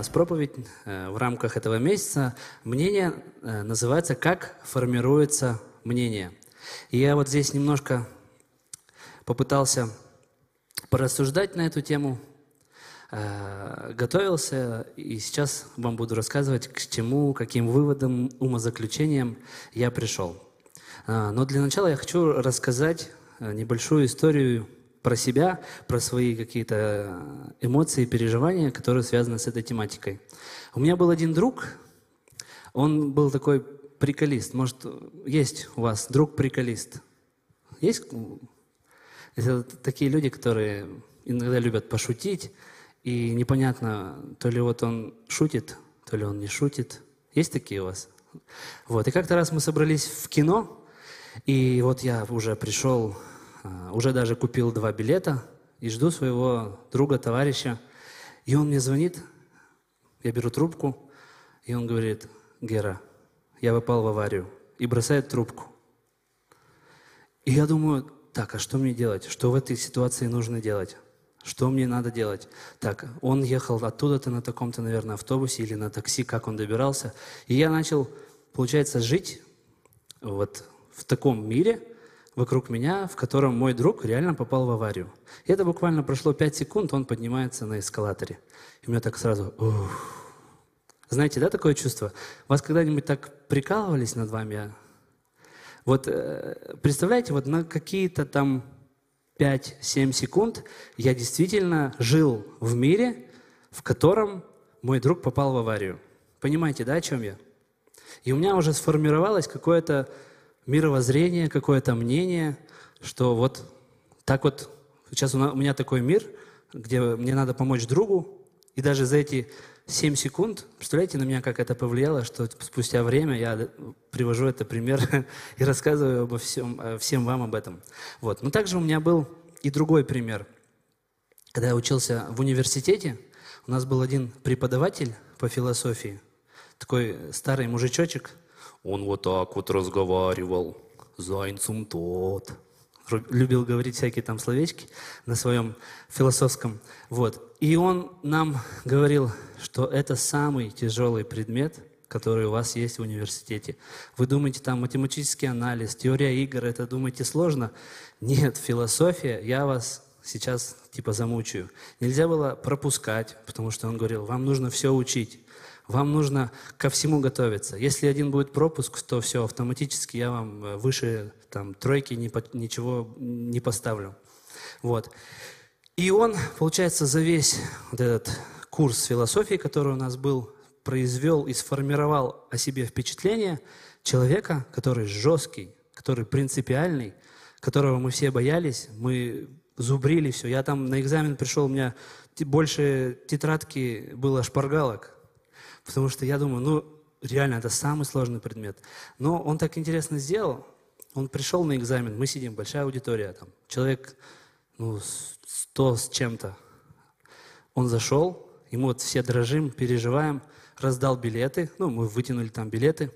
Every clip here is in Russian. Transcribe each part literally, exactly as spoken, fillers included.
нас проповедь в рамках этого месяца. Мнение называется «Как формируется мнение». И я вот здесь немножко попытался порассуждать на эту тему, готовился, и сейчас вам буду рассказывать, к чему, каким выводам, умозаключениям я пришел. Но для начала я хочу рассказать небольшую историю про себя, про свои какие-то эмоции, переживания, которые связаны с этой тематикой. У меня был один друг, он был такой приколист. Может, есть у вас друг-приколист? Есть? Это такие люди, которые иногда любят пошутить, и непонятно, то ли вот он шутит, то ли он не шутит. Есть такие у вас? Вот. И как-то раз мы собрались в кино, и вот я уже пришел, уже даже купил два билета, и жду своего друга, товарища. И он мне звонит, я беру трубку, и он говорит: «Гера, я попал в аварию», и бросает трубку. И я думаю: так, а что мне делать? Что в этой ситуации нужно делать? Что мне надо делать? Так, он ехал оттуда-то на таком-то, наверное, автобусе или на такси, как он добирался. И я начал, получается, жить вот в таком мире вокруг меня, в котором мой друг реально попал в аварию. И это буквально прошло пять секунд, он поднимается на эскалаторе. И у меня так сразу... Ух. Знаете, да, такое чувство? Вас когда-нибудь так прикалывались над вами? Вот представляете, вот на какие-то там пять-семь секунд я действительно жил в мире, в котором мой друг попал в аварию. Понимаете, да, о чем я? И у меня уже сформировалось какое-то мировоззрение, какое-то мнение, что вот так вот, сейчас у меня такой мир, где мне надо помочь другу, и даже за эти семь секунд, представляете, на меня как это повлияло, что спустя время я привожу это пример и рассказываю обо всем, всем вам об этом. Вот. Но также у меня был и другой пример. Когда я учился в университете, у нас был один преподаватель по философии, такой старый мужичочек. Он вот так вот разговаривал, зайцем тот. Любил говорить всякие там словечки на своем философском. Вот. И он нам говорил, что это самый тяжелый предмет, который у вас есть в университете. Вы думаете, там математический анализ, теория игр, это думаете сложно? Нет, философия, я вас сейчас типа замучаю. Нельзя было пропускать, потому что он говорил, вам нужно все учить. Вам нужно ко всему готовиться. Если один будет пропуск, то все, автоматически я вам выше там, тройки не, ничего не поставлю. Вот. И он, получается, за весь вот этот курс философии, который у нас был, произвел и сформировал о себе впечатление человека, который жесткий, который принципиальный, которого мы все боялись, мы зубрили все. Я там на экзамен пришел, у меня больше тетрадки было шпаргалок. Потому что я думаю, ну, реально, это самый сложный предмет. Но он так интересно сделал. Он пришел на экзамен, мы сидим, большая аудитория, там, человек, ну, сто с чем-то. Он зашел, и мы вот все дрожим, переживаем, раздал билеты, ну, мы вытянули там билеты.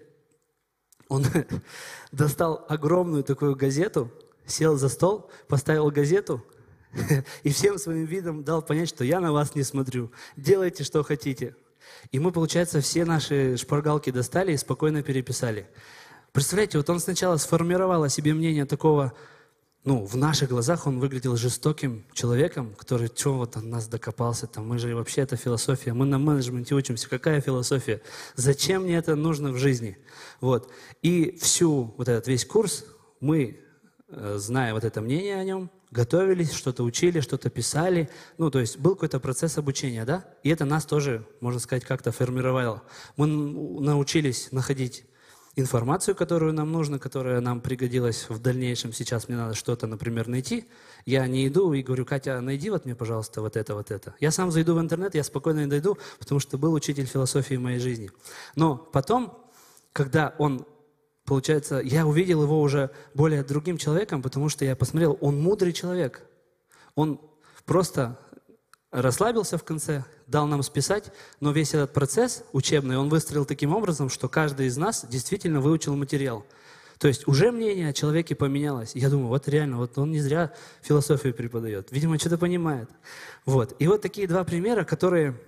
Он достал огромную такую газету, сел за стол, поставил газету и всем своим видом дал понять, что я на вас не смотрю, делайте, что хотите. И мы, получается, все наши шпаргалки достали и спокойно переписали. Представляете, вот он сначала сформировал о себе мнение такого, ну, в наших глазах он выглядел жестоким человеком, который, что вот он нас докопался, там, мы же вообще, это философия, мы на менеджменте учимся, какая философия, зачем мне это нужно в жизни? Вот. И всю, вот этот весь курс мы, зная вот это мнение о нем, готовились, что-то учили, что-то писали. Ну, то есть был какой-то процесс обучения, да? И это нас тоже, можно сказать, как-то формировало. Мы научились находить информацию, которую нам нужно, которая нам пригодилась в дальнейшем. Сейчас мне надо что-то, например, найти. Я не иду и говорю: Катя, найди вот мне, пожалуйста, вот это, вот это. Я сам зайду в интернет, я спокойно найду, потому что был учитель философии в моей жизни. Но потом, когда он... Получается, я увидел его уже более другим человеком, потому что я посмотрел, он мудрый человек. Он просто расслабился в конце, дал нам списать, но весь этот процесс учебный он выстроил таким образом, что каждый из нас действительно выучил материал. То есть уже мнение о человеке поменялось. Я думаю, вот реально, вот он не зря философию преподает. Видимо, что-то понимает. Вот. И вот такие два примера, которые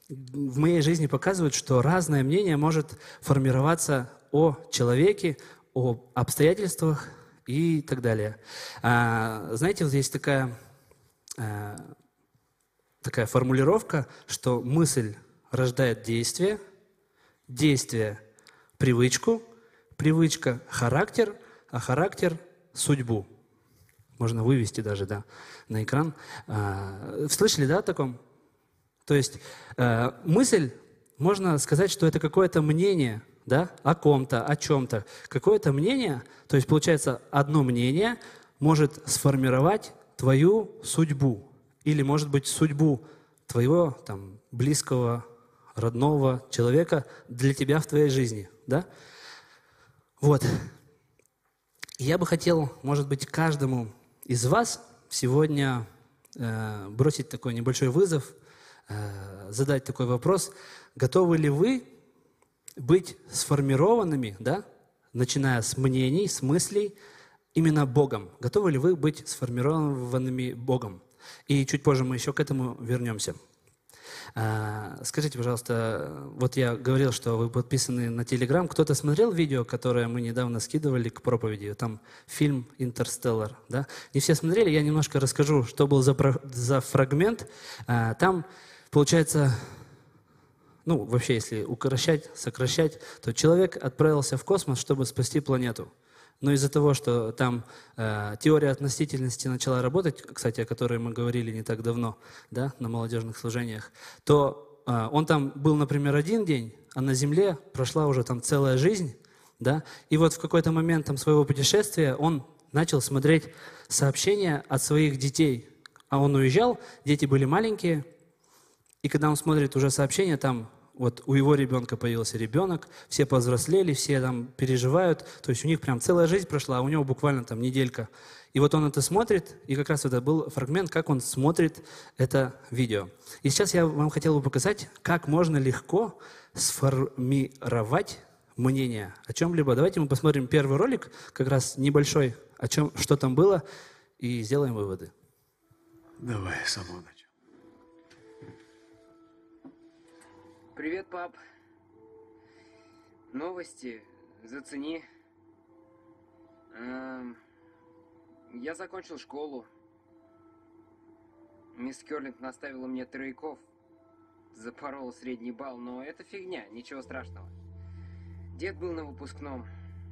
в моей жизни показывают, что разное мнение может формироваться о человеке, о обстоятельствах и так далее. А, знаете, вот есть такая, а, такая формулировка, что мысль рождает действие, действие – привычку, привычка – характер, а характер – судьбу. Можно вывести даже, да, на экран. А, слышали, да, о таком? То есть э, мысль, можно сказать, что это какое-то мнение, да, о ком-то, о чем-то. Какое-то мнение, то есть получается, одно мнение может сформировать твою судьбу. Или, может быть, судьбу твоего там, близкого, родного человека для тебя в твоей жизни, да? Вот. Я бы хотел, может быть, каждому из вас сегодня э, бросить такой небольшой вызов, задать такой вопрос: готовы ли вы быть сформированными, да, начиная с мнений, с мыслей, именно Богом? Готовы ли вы быть сформированными Богом? И чуть позже мы еще к этому вернемся. Скажите, пожалуйста, вот я говорил, что вы подписаны на Телеграм. Кто-то смотрел видео, которое мы недавно скидывали к проповеди? Там фильм «Интерстеллар», да? Не все смотрели, я немножко расскажу, что был за, за фрагмент. Там, получается, ну, вообще, если укорочать, сокращать, то человек отправился в космос, чтобы спасти планету. Но из-за того, что там э, теория относительности начала работать, кстати, о которой мы говорили не так давно, да, на молодежных служениях, то э, он там был, например, один день, а на Земле прошла уже там целая жизнь, да, и вот в какой-то момент там своего путешествия он начал смотреть сообщения от своих детей. А он уезжал, дети были маленькие, и когда он смотрит уже сообщения, там вот у его ребенка появился ребенок, все повзрослели, все там переживают, то есть у них прям целая жизнь прошла, а у него буквально там неделька. И вот он это смотрит, и как раз это был фрагмент, как он смотрит это видео. И сейчас я вам хотел бы показать, как можно легко сформировать мнение о чем-либо. Давайте мы посмотрим первый ролик, как раз небольшой, о чем, что там было, и сделаем выводы. Давай, с самого начала. Привет, пап. Новости. Зацени. Эм, я закончил школу. Мисс Кёрлинг наставила мне тройков. Запорола средний балл, но это фигня, ничего страшного. Дед был на выпускном.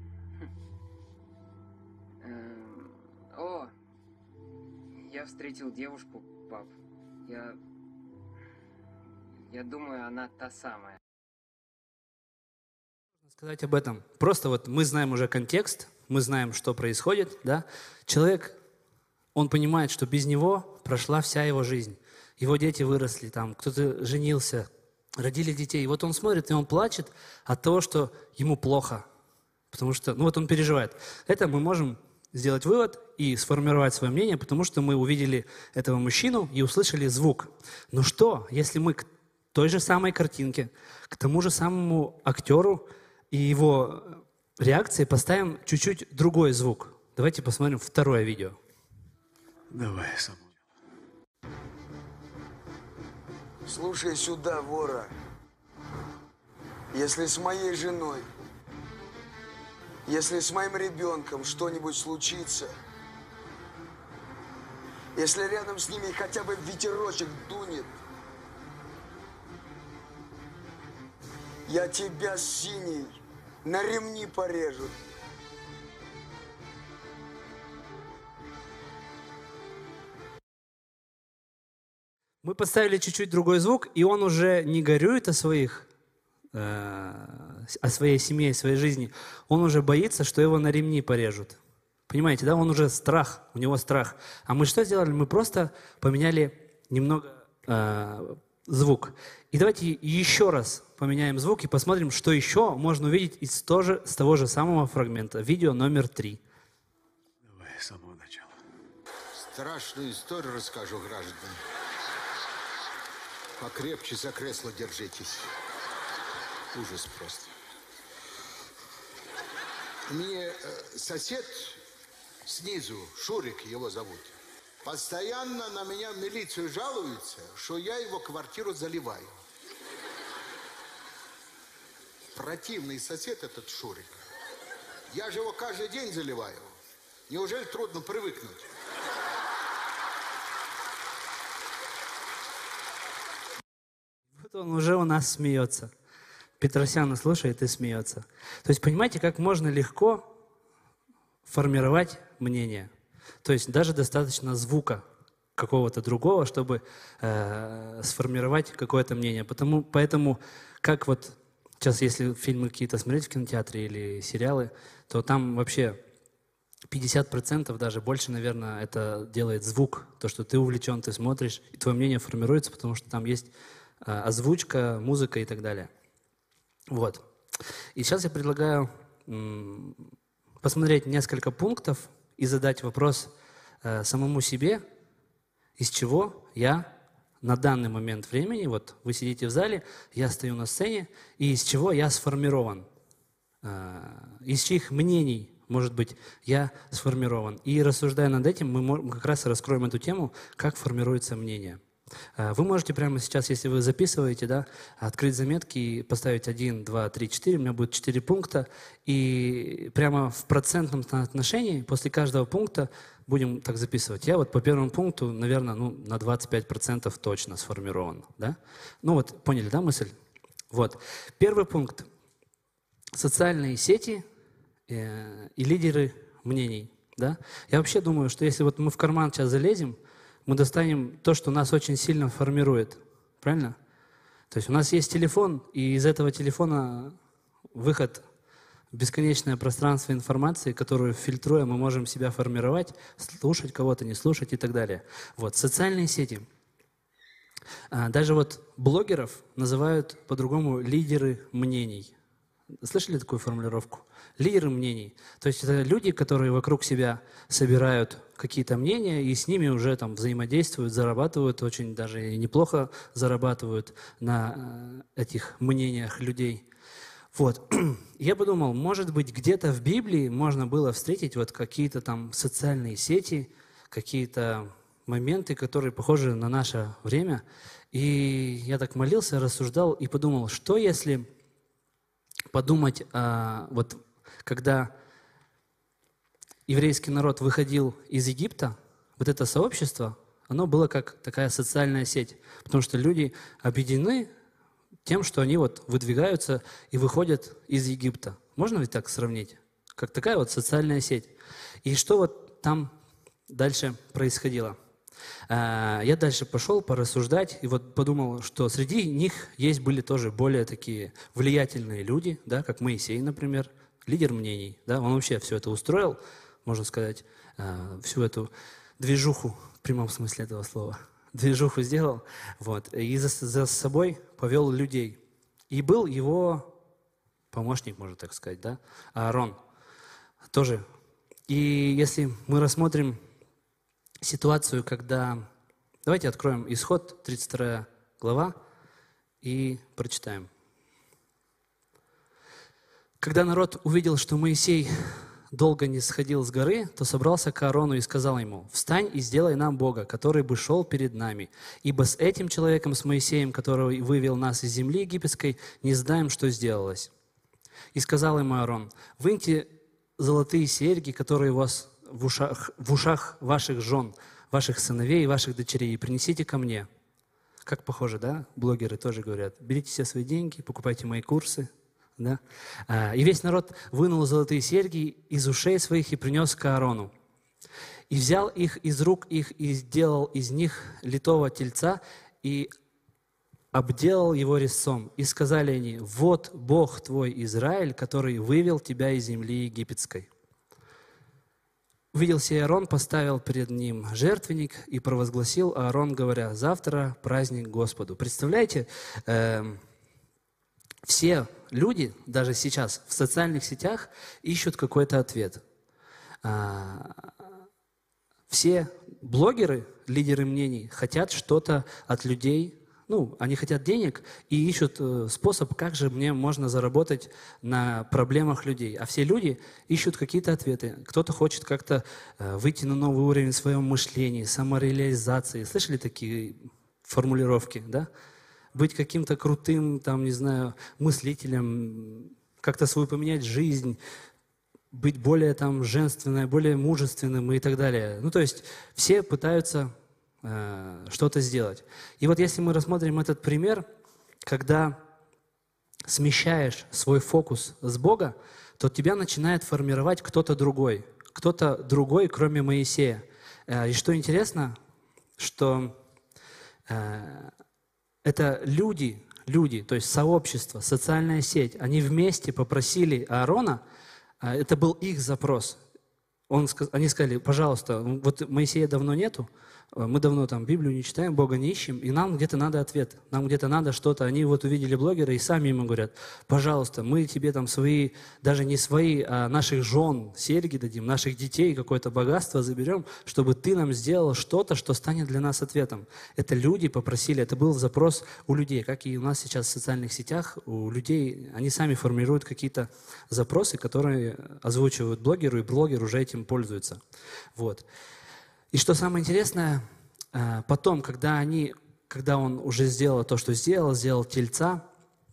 Эм, о, я встретил девушку, пап. Я... Я думаю, она та самая. Сказать об этом. Просто вот мы знаем уже контекст, мы знаем, что происходит, да. Человек, он понимает, что без него прошла вся его жизнь. Его дети выросли, там, кто-то женился, родили детей. И вот он смотрит, и он плачет от того, что ему плохо. Потому что, ну вот он переживает. Это мы можем сделать вывод и сформировать свое мнение, потому что мы увидели этого мужчину и услышали звук. Но что, если мы к той же самой картинке, к тому же самому актеру и его реакции поставим чуть-чуть другой звук? Давайте посмотрим второе видео. Давай, Самуил. Слушай сюда, вора. Если с моей женой, если с моим ребенком что-нибудь случится, если рядом с ними хотя бы ветерочек дунет, я тебя, синий, на ремни порежу. Мы поставили чуть-чуть другой звук, и он уже не горюет о своих, э, о своей семье, о своей жизни. Он уже боится, что его на ремни порежут. Понимаете, да? Он уже страх, у него страх. А мы что сделали? Мы просто поменяли немного э, звук. И давайте еще раз поменяем звук и посмотрим, что еще можно увидеть из тоже, с того же самого фрагмента. Видео номер три. Давай, с самого начала. Страшную историю расскажу, граждане. Покрепче за кресло держитесь. Ужас просто. Мне э, сосед снизу, Шурик его зовут, постоянно на меня в милицию жалуется, что я его квартиру заливаю. противный сосед этот Шурик. Я же его каждый день заливаю. Неужели трудно привыкнуть? Вот он уже у нас смеется. Петросяна слушает и смеется. То есть понимаете, как можно легко формировать мнение. То есть даже достаточно звука какого-то другого, чтобы э, сформировать какое-то мнение. Потому, поэтому, как вот сейчас, если фильмы какие-то смотреть в кинотеатре или сериалы, то там вообще пятьдесят процентов, даже больше, наверное, это делает звук. То, что ты увлечен, ты смотришь, и твое мнение формируется, потому что там есть э, озвучка, музыка и так далее. Вот. И сейчас я предлагаю м, посмотреть несколько пунктов и задать вопрос э, самому себе, из чего я на данный момент времени, вот вы сидите в зале, я стою на сцене, и из чего я сформирован, э, из чьих мнений, может быть, я сформирован. И рассуждая над этим, мы как раз раскроем эту тему, как формируется мнение. Вы можете прямо сейчас, если вы записываете, да, открыть заметки и поставить один, два, три, четыре. У меня будет четыре пункта. И прямо в процентном отношении после каждого пункта будем так записывать. Я вот по первому пункту, наверное, ну, на двадцать пять процентов точно сформирован. Да? Ну вот, поняли, да, мысль? Вот. Первый пункт. Социальные сети э, и лидеры мнений. Да? Я вообще думаю, что если вот мы в карман сейчас залезем, мы достанем то, что нас очень сильно формирует. Правильно? То есть у нас есть телефон, и из этого телефона выход в бесконечное пространство информации, которую, фильтруя, мы можем себя формировать, слушать кого-то, не слушать и так далее. Вот. Социальные сети. Даже вот блогеров называют по-другому лидеры мнений. Слышали такую формулировку? Лидеры мнений. То есть это люди, которые вокруг себя собирают какие-то мнения и с ними уже там взаимодействуют, зарабатывают, очень даже и неплохо зарабатывают на этих мнениях людей. Вот. Я подумал, может быть, где-то в Библии можно было встретить вот какие-то там социальные сети, какие-то моменты, которые похожи на наше время. И я так молился, рассуждал и подумал, что если подумать, а, вот когда еврейский народ выходил из Египта, вот это сообщество, оно было как такая социальная сеть, потому что люди объединены тем, что они вот выдвигаются и выходят из Египта. Можно ведь так сравнить? Как такая вот социальная сеть. И что вот там дальше происходило? Я дальше пошел порассуждать и вот подумал, что среди них есть были тоже более такие влиятельные люди, да, как Моисей, например, лидер мнений. Да, он вообще все это устроил, можно сказать, всю эту движуху, в прямом смысле этого слова, движуху сделал, вот, и за, за собой повел людей. И был его помощник, можно так сказать, да, Аарон тоже. И если мы рассмотрим ситуацию, когда... Давайте откроем Исход, тридцать вторая глава, и прочитаем. Когда народ увидел, что Моисей долго не сходил с горы, то собрался к Аарону и сказал ему: «Встань и сделай нам Бога, который бы шел перед нами, ибо с этим человеком, с Моисеем, который вывел нас из земли египетской, не знаем, что сделалось». И сказал ему Аарон: «Выньте золотые серьги, которые у вас в ушах, в ушах ваших жен, ваших сыновей и ваших дочерей, и принесите ко мне». Как похоже, да? Блогеры тоже говорят: берите все свои деньги, покупайте мои курсы. Да? И весь народ вынул золотые серьги из ушей своих и принес к Аарону. И взял их из рук их и сделал из них литого тельца и обделал его резцом. И сказали они: «Вот Бог твой Израиль, который вывел тебя из земли египетской». Увидел сей Аарон, поставил перед ним жертвенник и провозгласил Аарон, говоря: «Завтра праздник Господу». Представляете, э, все люди, даже сейчас в социальных сетях, ищут какой-то ответ. А, все блогеры, лидеры мнений, хотят что-то от людей. Ну, они хотят денег и ищут способ, как же мне можно заработать на проблемах людей. А все люди ищут какие-то ответы. Кто-то хочет как-то выйти на новый уровень в своем мышлении, самореализации. Слышали такие формулировки, да? быть каким-то крутым, там, не знаю, мыслителем, как-то свою поменять жизнь, быть более там женственным, более мужественным и так далее. Ну, то есть все пытаются э, что-то сделать. И вот если мы рассмотрим этот пример, когда смещаешь свой фокус с Бога, то тебя начинает формировать кто-то другой. Кто-то другой, кроме Моисея. Э, и что интересно, что э, это люди, люди, то есть сообщество, социальная сеть, они вместе попросили Аарона, это был их запрос. Он, они сказали, пожалуйста, вот Моисея давно нету, мы давно там Библию не читаем, Бога не ищем, и нам где-то надо ответ, нам где-то надо что-то. Они вот увидели блогера и сами ему говорят, пожалуйста, мы тебе там свои, даже не свои, а наших жен серьги дадим, наших детей какое-то богатство заберем, чтобы ты нам сделал что-то, что станет для нас ответом. Это люди попросили, это был запрос у людей, как и у нас сейчас в социальных сетях, у людей, они сами формируют какие-то запросы, которые озвучивают блогеру, и блогер уже этим пользуется. Вот. И что самое интересное, потом, когда, они, когда он уже сделал то, что сделал, сделал тельца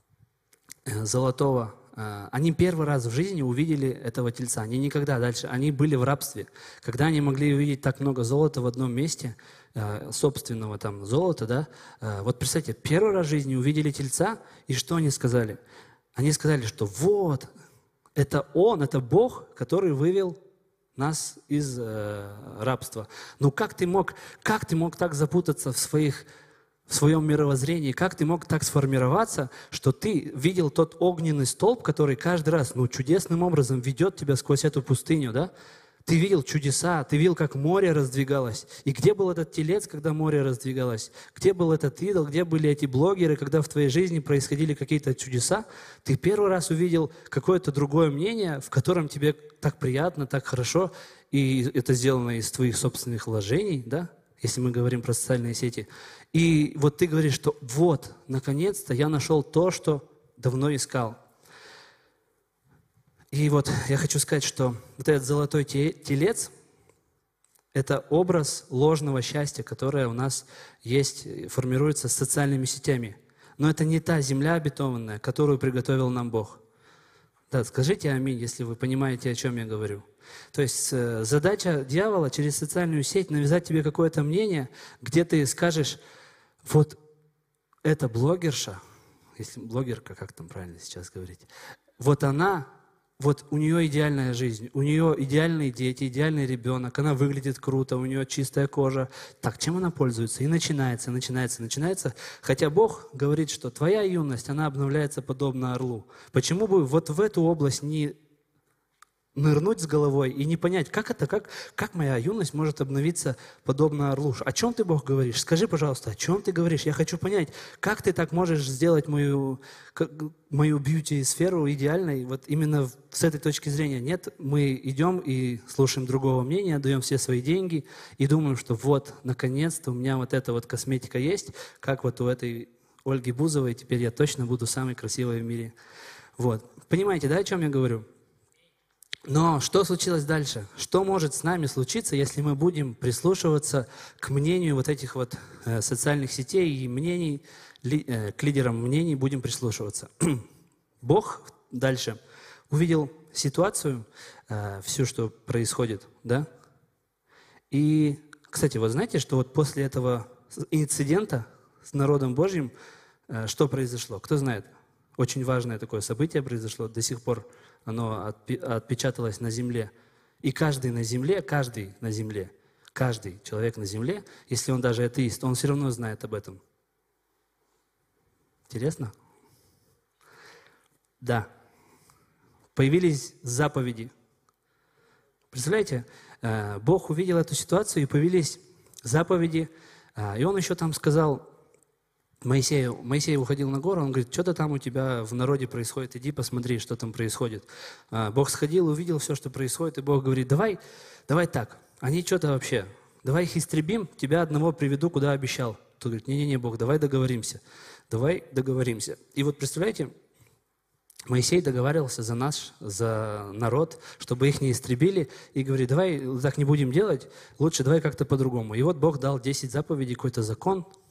золотого, они первый раз в жизни увидели этого тельца. Они никогда дальше, они были в рабстве. Когда они могли увидеть так много золота в одном месте, собственного там золота, да, вот представьте, первый раз в жизни увидели тельца, и что они сказали? Они сказали, что вот, это он, это Бог, который вывел нас из э, рабства. Ну как ты мог, как ты мог так запутаться в, своих, в своем мировоззрении, как ты мог так сформироваться, что ты видел тот огненный столб, который каждый раз, ну, чудесным образом ведет тебя сквозь эту пустыню, да? Ты видел чудеса, ты видел, как море раздвигалось. И где был этот телец, когда море раздвигалось? Где был этот идол? Где были эти блогеры, когда в твоей жизни происходили какие-то чудеса? Ты первый раз увидел какое-то другое мнение, в котором тебе так приятно, так хорошо, и это сделано из твоих собственных вложений, да? Если мы говорим про социальные сети. И вот ты говоришь, что вот, наконец-то я нашел то, что давно искал. И вот я хочу сказать, что вот этот золотой телец – это образ ложного счастья, которое у нас есть, формируется с социальными сетями. Но это не та земля обетованная, которую приготовил нам Бог. Да, скажите аминь, если вы понимаете, о чем я говорю. То есть задача дьявола через социальную сеть навязать тебе какое-то мнение, где ты скажешь, вот эта блогерша, если блогерка, как там правильно сейчас говорить, вот она… Вот у нее идеальная жизнь, у нее идеальные дети, идеальный ребенок, она выглядит круто, у нее чистая кожа. Так, чем она пользуется? И начинается, начинается, начинается. Хотя Бог говорит, что твоя юность, она обновляется подобно орлу. Почему бы вот в эту область не нырнуть с головой и не понять, как это, как, как моя юность может обновиться подобно орлу? О чем ты, Бог, говоришь? Скажи, пожалуйста, о чем ты говоришь? Я хочу понять, как ты так можешь сделать мою, мою бьюти-сферу идеальной вот именно с этой точки зрения? Нет, мы идем и слушаем другого мнения, даем все свои деньги и думаем, что вот, наконец-то у меня вот эта вот косметика есть, как вот у этой Ольги Бузовой, теперь я точно буду самой красивой в мире. Вот. Понимаете, да, о чем я говорю? Но что случилось дальше? Что может с нами случиться, если мы будем прислушиваться к мнению вот этих вот э, социальных сетей и мнений, ли, э, к лидерам мнений будем прислушиваться? Бог дальше увидел ситуацию, э, всю, что происходит, да? И, кстати, вы знаете, что вот после этого инцидента с народом Божьим, э, что произошло? Кто знает? Очень важное такое событие произошло, до сих пор оно отпечаталось на земле. И каждый на земле, каждый на земле, каждый человек на земле, если он даже атеист, он все равно знает об этом. Интересно? Да. Появились заповеди. Представляете, Бог увидел эту ситуацию, и появились заповеди, и он еще там сказал Моисею, Моисей уходил на гору, он говорит, что-то там у тебя в народе происходит, иди посмотри, что там происходит. Бог сходил, увидел все, что происходит, и Бог говорит, давай, давай так, они что-то вообще, давай их истребим, тебя одного приведу, куда обещал. Тот говорит, не-не-не, Бог, давай договоримся, давай договоримся. И вот представляете, Моисей договаривался за нас, за народ, чтобы их не истребили, и говорит, давай так не будем делать, лучше давай как-то по-другому. И вот Бог дал десять заповедей, какой-то закон,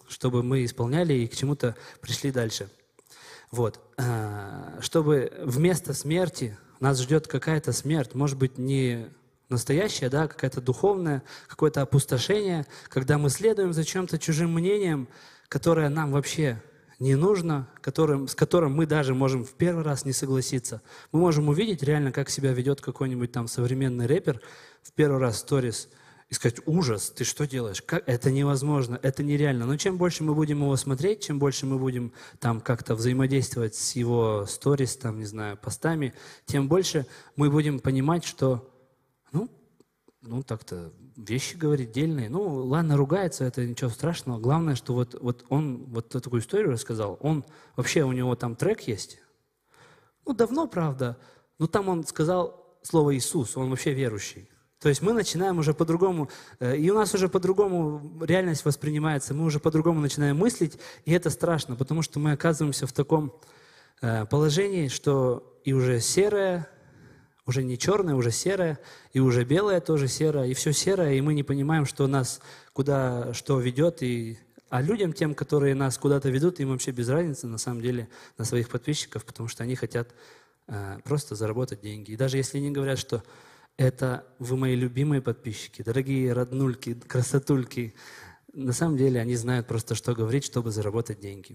чтобы мы исполняли и к чему-то пришли дальше. Вот. Чтобы вместо смерти нас ждет какая-то смерть, может быть, не настоящая, да, какая-то духовная, какое-то опустошение, когда мы следуем за чем-то чужим мнением, которое нам вообще не нужно, которым, с которым мы даже можем в первый раз не согласиться. Мы можем увидеть реально, как себя ведет какой-нибудь там современный рэпер в первый раз сторис, и сказать: ужас, ты что делаешь? Как? Это невозможно, это нереально. Но чем больше мы будем его смотреть, чем больше мы будем там как-то взаимодействовать с его сторис, там, не знаю, постами, тем больше мы будем понимать, что, ну, ну так-то вещи говорит дельные. Ну, ладно, ругается, это ничего страшного. Главное, что вот, вот он вот такую историю рассказал. Он, вообще у него там трек есть. Ну, давно, правда, но там он сказал слово «Иисус», он вообще верующий. То есть мы начинаем уже по-другому, и у нас уже по-другому реальность воспринимается, мы уже по-другому начинаем мыслить, и это страшно, потому что мы оказываемся в таком положении, что и уже серое, уже не черное, уже серое, и уже белое тоже серое, и все серое, и мы не понимаем, что нас куда что ведет, и... а людям, тем, которые нас куда-то ведут, им вообще без разницы, на самом деле, на своих подписчиков, потому что они хотят э, просто заработать деньги. И даже если они говорят, что это вы мои любимые подписчики, дорогие роднульки, красотульки, на самом деле они знают просто, что говорить, чтобы заработать деньги.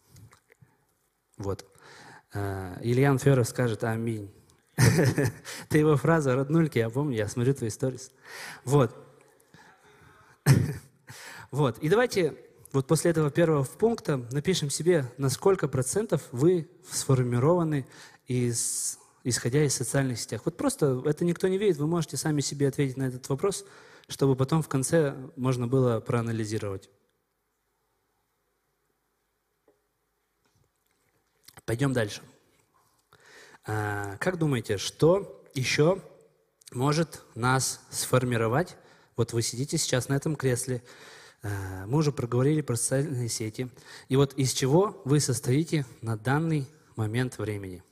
Вот. Э, Ильян Феров скажет «Аминь». Это его фраза «роднульки», я помню, я смотрю твои сторис. Вот. Вот. И давайте вот после этого первого пункта напишем себе, на сколько процентов вы сформированы, из, исходя из социальных сетей. Вот просто это никто не видит, вы можете сами себе ответить на этот вопрос, чтобы потом в конце можно было проанализировать. Пойдем дальше. А, как думаете, что еще может нас сформировать? Вот вы сидите сейчас на этом кресле, а, мы уже проговорили про социальные сети. И вот из чего вы состоите на данный момент времени?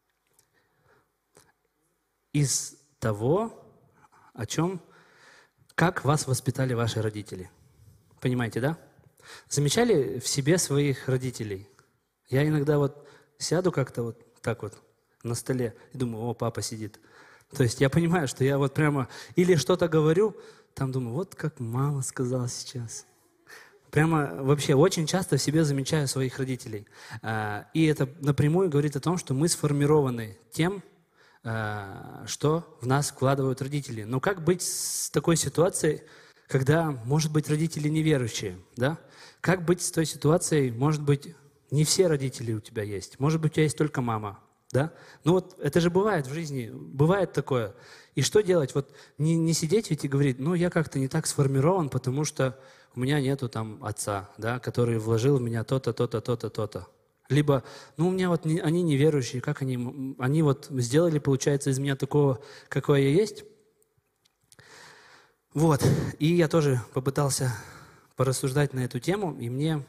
Из того, о чем, как вас воспитали ваши родители. Понимаете, да? Замечали в себе своих родителей? Я иногда вот сяду как-то вот так вот на столе и думаю: о, папа сидит. То есть я понимаю, что я вот прямо или что-то говорю, там думаю: вот как мама сказала сейчас. Прямо вообще очень часто в себе замечаю своих родителей. И это напрямую говорит о том, что мы сформированы тем, что в нас вкладывают родители. Но как быть с такой ситуацией, когда, может быть, родители неверующие, да? Как быть с той ситуацией, может быть, не все родители у тебя есть, может быть, у тебя есть только мама, да? Ну вот это же бывает в жизни, бывает такое. И что делать? Вот не, не сидеть ведь и говорить: ну я как-то не так сформирован, потому что у меня нету там отца, да, который вложил в меня то-то, то-то, то-то, то-то. Либо, ну у меня вот не, они неверующие, как они, они вот сделали, получается, из меня такого, какой я есть. Вот, и я тоже попытался порассуждать на эту тему, и мне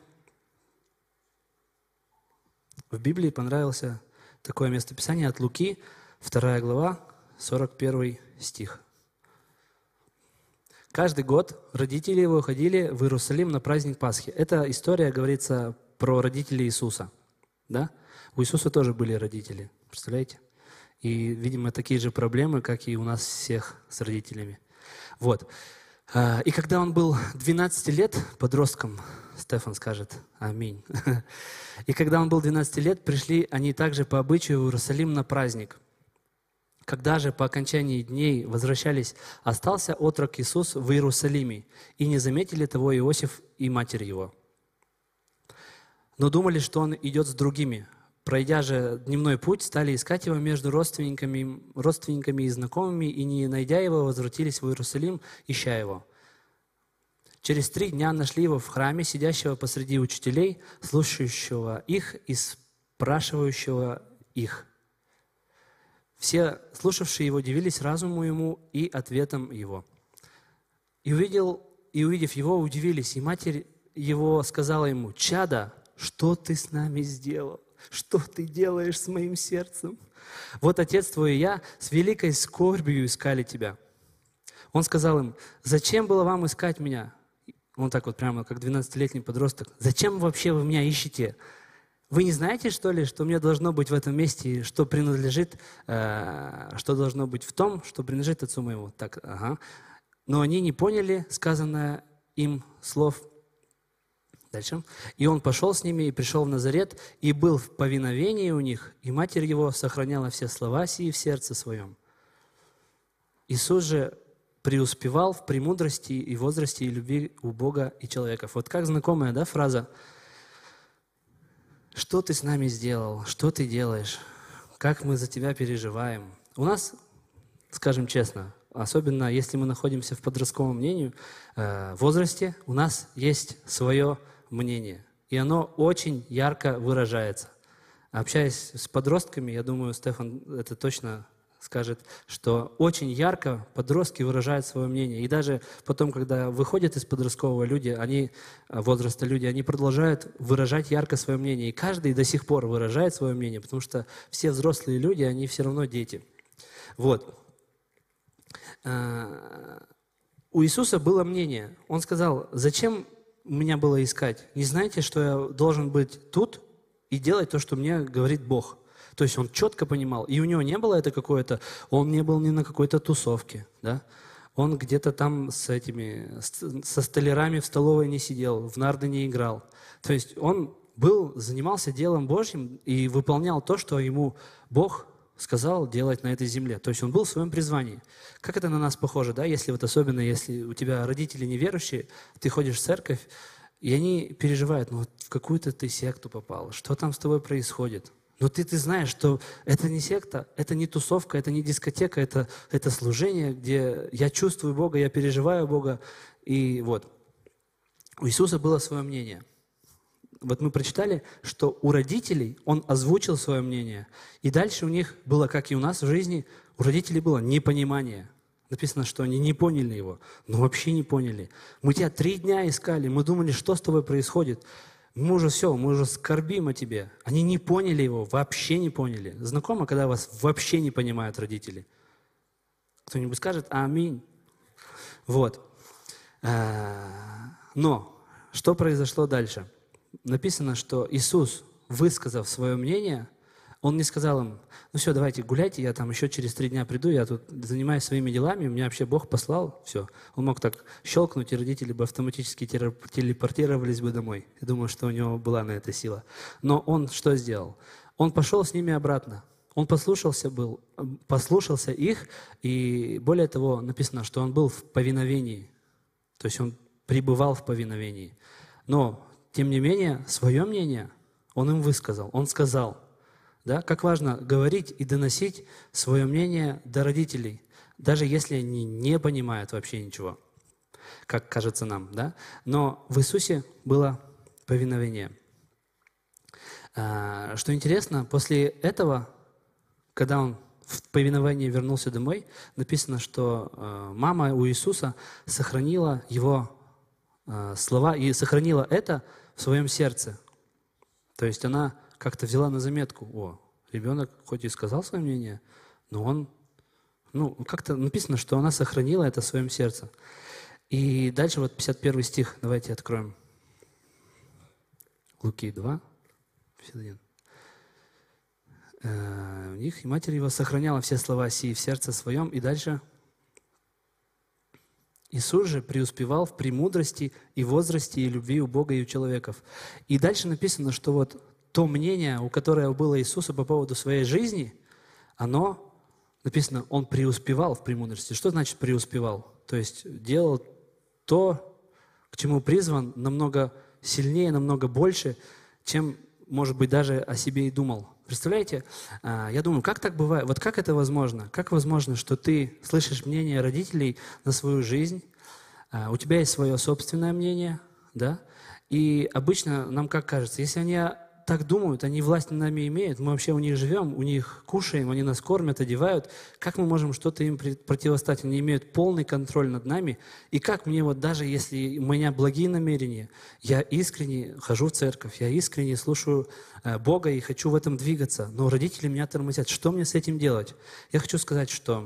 в Библии понравился такое местописание от Луки, вторая глава, сорок первый стих. Каждый год родители его ходили в Иерусалим на праздник Пасхи. Эта история говорится про родителей Иисуса. Да? У Иисуса тоже были родители, представляете? И, видимо, такие же проблемы, как и у нас всех с родителями. Вот. И когда он был двенадцать лет, подростком, Стефан скажет «Аминь». И когда он был двенадцать лет, пришли они также по обычаю в Иерусалим на праздник. Когда же по окончании дней возвращались, остался отрок Иисус в Иерусалиме, и не заметили того Иосиф и матерь его. Но думали, что он идет с другими. Пройдя же дневной путь, стали искать его между родственниками, родственниками и знакомыми, и, не найдя его, возвратились в Иерусалим, ища его. Через три дня нашли его в храме, сидящего посреди учителей, слушающего их и спрашивающего их. Все слушавшие его дивились разуму ему и ответам его. И, увидел, и увидев его, удивились, и матерь его сказала ему: «Чадо, что ты с нами сделал? Что ты делаешь с моим сердцем? Вот отец твой и я с великой скорбью искали тебя». Он сказал им: «Зачем было вам искать меня? Он так вот прямо, как двенадцатилетний подросток. Зачем вообще вы меня ищете? Вы не знаете, что ли, что мне должно быть в этом месте, что принадлежит, э, что должно быть в том, что принадлежит отцу моему? Так, ага. Но они не поняли сказанное им слов. Дальше. И он пошел с ними и пришел в Назарет, и был в повиновении у них, и матерь его сохраняла все слова сии в сердце своем. Иисус же преуспевал в премудрости и возрасте и любви у Бога и человеков. Вот как знакомая, да, фраза? Что ты с нами сделал? Что ты делаешь? Как мы за тебя переживаем? У нас, скажем честно, особенно если мы находимся в подростковом мнении, э, возрасте, у нас есть свое мнение. И оно очень ярко выражается. Общаясь с подростками, я думаю, Стефан это точно скажет, что очень ярко подростки выражают свое мнение. И даже потом, когда выходят из подросткового люди, они, возраста люди, они продолжают выражать ярко свое мнение. И каждый до сих пор выражает свое мнение, потому что все взрослые люди, они все равно дети. Вот. У Иисуса было мнение. Он сказал: зачем меня было искать? Не знаете, что я должен быть тут и делать то, что мне говорит Бог? То есть он четко понимал, и у него не было это какое-то, он не был ни на какой-то тусовке, да? Он где-то там с этими, со столярами в столовой не сидел, в нарды не играл. То есть он был, занимался делом Божьим и выполнял то, что ему Бог сказал делать на этой земле. То есть он был в своем призвании. Как это на нас похоже, да? Если вот особенно, если у тебя родители неверующие, ты ходишь в церковь, и они переживают, ну вот в какую-то ты секту попал, что там с тобой происходит? Но ты, ты знаешь, что это не секта, это не тусовка, это не дискотека, это, это служение, где я чувствую Бога, я переживаю Бога. И вот, у Иисуса было свое мнение. Вот мы прочитали, что у родителей Он озвучил свое мнение. И дальше у них было, как и у нас в жизни, у родителей было непонимание. Написано, что они не поняли Его, но вообще не поняли. Мы тебя три дня искали, мы думали, что с тобой происходит. Мы уже все, мы уже скорбим о тебе. Они не поняли его, вообще не поняли. Знакомо, когда вас вообще не понимают родители? Кто-нибудь скажет «Аминь». Вот. Но что произошло дальше? Написано, что Иисус, высказав свое мнение, Он не сказал им: ну все, давайте гуляйте, я там еще через три дня приду, я тут занимаюсь своими делами, меня вообще Бог послал, все. Он мог так щелкнуть, и родители бы автоматически телепортировались бы домой. Я думаю, что у него была на это сила. Но Он что сделал? Он пошел с ними обратно. Он послушался, был, послушался их, и более того, написано, что Он был в повиновении. То есть Он пребывал в повиновении. Но, тем не менее, свое мнение Он им высказал. Он сказал. Да? Как важно говорить и доносить свое мнение до родителей, даже если они не понимают вообще ничего, как кажется нам. Да? Но в Иисусе было повиновение. Что интересно, после этого, когда Он в повиновении вернулся домой, написано, что мама у Иисуса сохранила Его слова и сохранила это в своем сердце. То есть она как-то взяла на заметку: о, ребенок хоть и сказал свое мнение, но он, ну, как-то написано, что она сохранила это в своем сердце. И дальше вот пятьдесят первый стих, давайте откроем. Луки два, пятьдесят один. Э, у них и матерь его сохраняла все слова сии в сердце своем. И дальше: Иисус же преуспевал в премудрости и возрасте и любви у Бога и у человеков. И дальше написано, что вот то мнение, у которого было Иисуса по поводу своей жизни, оно, написано, Он преуспевал в премудрости. Что значит преуспевал? То есть делал то, к чему призван, намного сильнее, намного больше, чем, может быть, даже о себе и думал. Представляете? Я думаю, как так бывает? Вот как это возможно? Как возможно, что ты слышишь мнение родителей на свою жизнь, у тебя есть свое собственное мнение, да? И обычно нам как кажется, если они так думают, они власть над нами имеют, мы вообще у них живем, у них кушаем, они нас кормят, одевают. Как мы можем что-то им противостать? Они имеют полный контроль над нами. И как мне вот даже если у меня благие намерения, я искренне хожу в церковь, я искренне слушаю Бога и хочу в этом двигаться, но родители меня тормозят. Что мне с этим делать? Я хочу сказать, что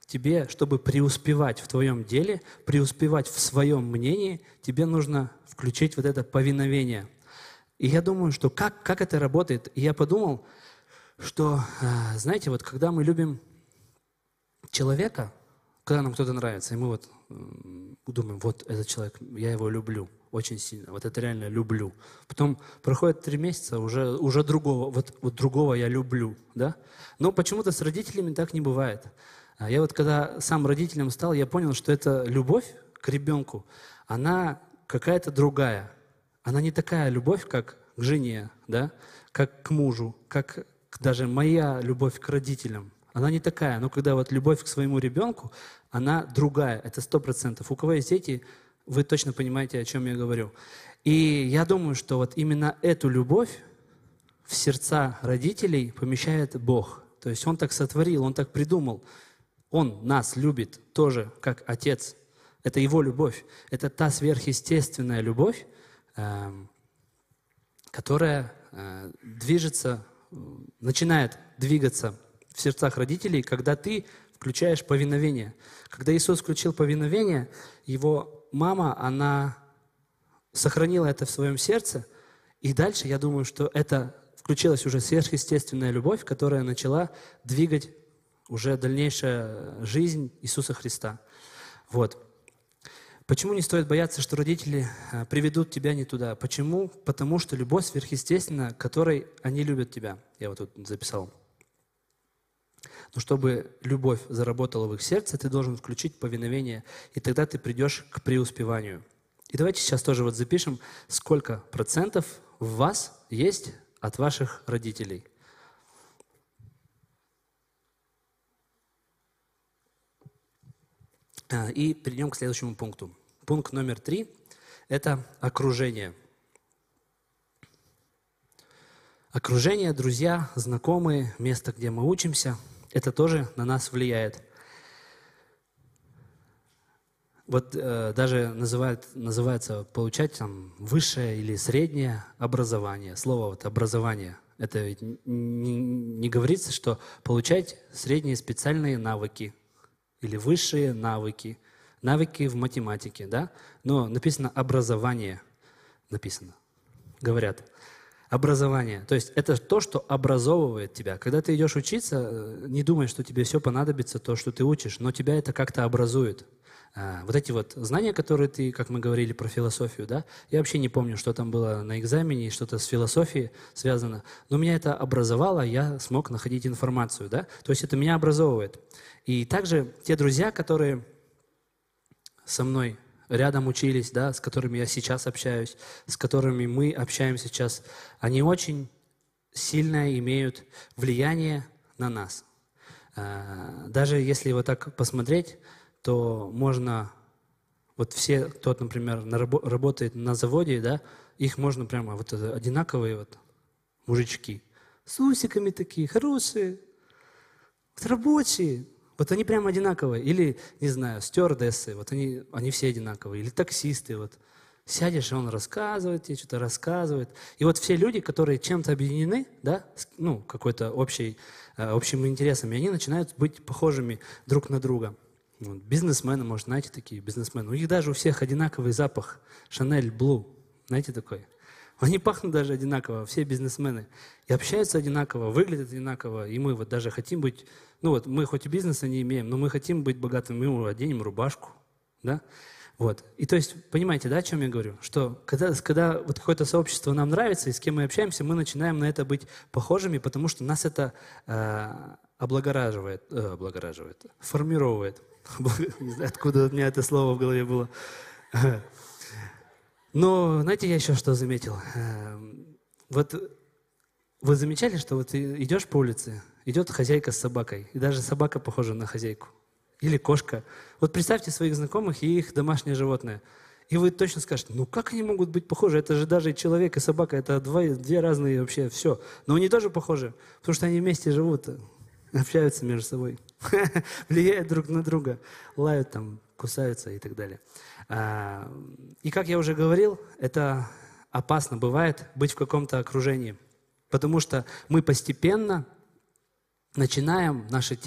тебе, чтобы преуспевать в твоем деле, преуспевать в своем мнении, тебе нужно включить вот это повиновение. И я думаю, что как, как это работает? И я подумал, что, знаете, вот когда мы любим человека, когда нам кто-то нравится, и мы вот думаем, вот этот человек, я его люблю очень сильно, вот это реально люблю. Потом проходит три месяца, уже, уже другого, вот, вот другого я люблю, да? Но почему-то с родителями так не бывает. Я вот когда сам родителем стал, я понял, что эта любовь к ребенку, она какая-то другая. Она не такая любовь, как к жене, да? Как к мужу, как даже моя любовь к родителям. Она не такая, но когда вот любовь к своему ребенку, она другая, это сто процентов. У кого есть дети, вы точно понимаете, о чем я говорю. И я думаю, что вот именно эту любовь в сердца родителей помещает Бог. То есть Он так сотворил, Он так придумал. Он нас любит тоже, как Отец. Это Его любовь. Это та сверхъестественная любовь, которая движется, начинает двигаться в сердцах родителей, когда ты включаешь повиновение. Когда Иисус включил повиновение, Его мама, она сохранила это в своем сердце, и дальше, я думаю, что это включилась уже сверхъестественная любовь, которая начала двигать уже дальнейшая жизнь Иисуса Христа. Вот. Почему не стоит бояться, что родители приведут тебя не туда? Почему? Потому что любовь сверхъестественна, которой они любят тебя. Я вот тут записал. Но чтобы любовь заработала в их сердце, ты должен включить повиновение, и тогда ты придешь к преуспеванию. И давайте сейчас тоже вот запишем, сколько процентов в вас есть от ваших родителей. И перейдем к следующему пункту. Пункт номер три – это окружение. Окружение, друзья, знакомые, место, где мы учимся – это тоже на нас влияет. Вот э, даже называют, называется получать там высшее или среднее образование. Слово вот образование. Это ведь не, не говорится, что получать средние специальные навыки или высшие навыки, навыки в математике, да? Но написано образование, написано, говорят. Образование. То есть это то, что образовывает тебя. Когда ты идешь учиться, не думай, что тебе все понадобится, то, что ты учишь, но тебя это как-то образует. Вот эти вот знания, которые ты, как мы говорили про философию, да, я вообще не помню, что там было на экзамене, что-то с философией связано, но меня это образовало, я смог находить информацию, да, то есть это меня образовывает. И также те друзья, которые со мной рядом учились, да, с которыми я сейчас общаюсь, с которыми мы общаемся сейчас, они очень сильно имеют влияние на нас. Даже если вот так посмотреть, то можно, вот все, кто, например, на, работает на заводе, да, их можно прямо, вот это, одинаковые вот мужички, с усиками такие, хорошие, вот рабочие, вот они прямо одинаковые. Или, не знаю, стюардессы, вот они, они все одинаковые. Или таксисты, вот. Сядешь, и он рассказывает тебе, что-то рассказывает. И вот все люди, которые чем-то объединены, да, ну, какой-то общей, общими интересами, они начинают быть похожими друг на друга. Вот. Бизнесмены, может, знаете, такие бизнесмены. У них даже у всех одинаковый запах. Шанель Блу, знаете такой? Они пахнут даже одинаково, все бизнесмены. И общаются одинаково, выглядят одинаково. И мы вот даже хотим быть, ну вот мы хоть и бизнеса не имеем, но мы хотим быть богатыми, мы оденем рубашку, да? Вот. И то есть, понимаете, да, о чем я говорю? Что когда, когда вот какое-то сообщество нам нравится, и с кем мы общаемся, мы начинаем на это быть похожими, потому что нас это э, облагораживает, э, облагораживает, формировывает. Не знаю, откуда у меня это слово в голове было. Но, знаете, я еще что заметил? Вот вы замечали, что вот идешь по улице, идет хозяйка с собакой, и даже собака похожа на хозяйку. Или кошка. Вот представьте своих знакомых и их домашнее животное. И вы точно скажете, ну как они могут быть похожи? Это же даже человек и собака, это два, две разные вообще, все. Но они тоже похожи, потому что они вместе живут, общаются между собой, влияют друг на друга, лают там, кусаются и так далее. И как я уже говорил, это опасно бывает быть в каком-то окружении, потому что мы постепенно начинаем, наши те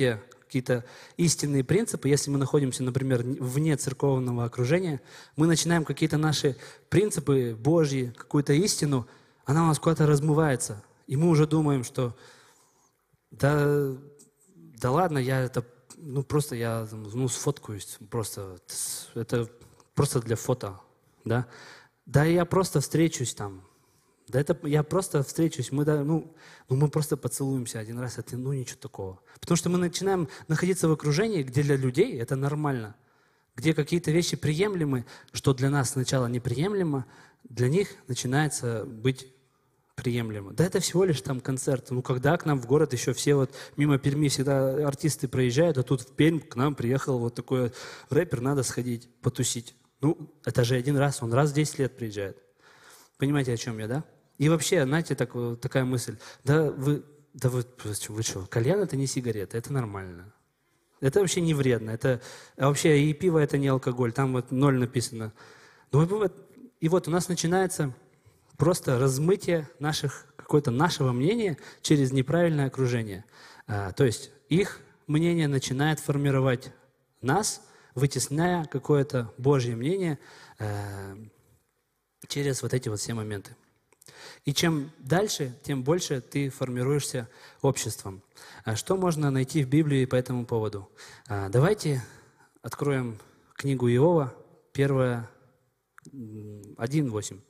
какие-то истинные принципы, если мы находимся, например, вне церковного окружения, мы начинаем какие-то наши принципы Божьи, какую-то истину, она у нас куда-то размывается. И мы уже думаем, что да, да ладно, я это, ну просто я ну, сфоткаюсь, просто это просто для фото, да. Да, я просто встречусь там. Да это я просто встречусь, мы, да, ну, ну, мы просто поцелуемся один раз, это ну ничего такого. Потому что мы начинаем находиться в окружении, где для людей это нормально, где какие-то вещи приемлемы, что для нас сначала неприемлемо, для них начинается быть приемлемо. Да это всего лишь там концерт. Ну когда к нам в город еще все вот мимо Перми всегда артисты проезжают, а тут в Пермь к нам приехал вот такой рэпер, надо сходить, потусить. Ну это же один раз, он раз в десять лет приезжает. Понимаете, о чем я, да? И вообще, знаете, так, такая мысль, да вы, да вы, вы что, кальян это не сигарета, это нормально. Это вообще не вредно, это а вообще и пиво это не алкоголь, там вот ноль написано. Ну, и вот у нас начинается просто размытие наших, какое-то нашего мнения через неправильное окружение. А, то есть их мнение начинает формировать нас, вытесняя какое-то Божье мнение а, через вот эти вот все моменты. И чем дальше, тем больше ты формируешься обществом. А что можно найти в Библии по этому поводу? А, давайте откроем книгу Иова, первая, один восемь.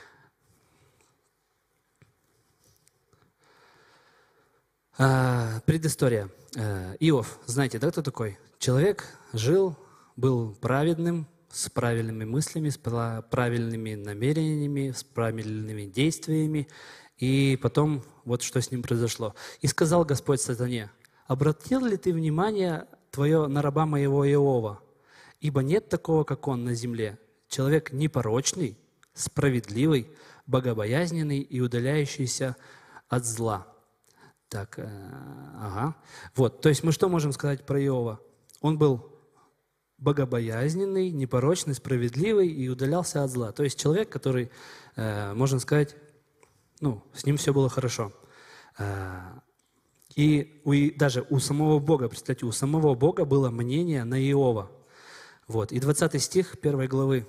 А, предыстория. А, Иов, знаете, да, кто такой? Человек жил, был праведным, с правильными мыслями, с правильными намерениями, с правильными действиями. И потом вот что с ним произошло. «И сказал Господь сатане, обратил ли ты внимание твое на раба моего Иова? Ибо нет такого, как он на земле. Человек непорочный, справедливый, богобоязненный и удаляющийся от зла». Так, э, ага. Вот, то есть мы что можем сказать про Иова? Он был богобоязненный, непорочный, справедливый и удалялся от зла. То есть человек, который, э, можно сказать, ну, с ним все было хорошо. Э, и у, даже у самого Бога, представьте, у самого Бога было мнение на Иова. Вот. И двадцатый стих первой главы.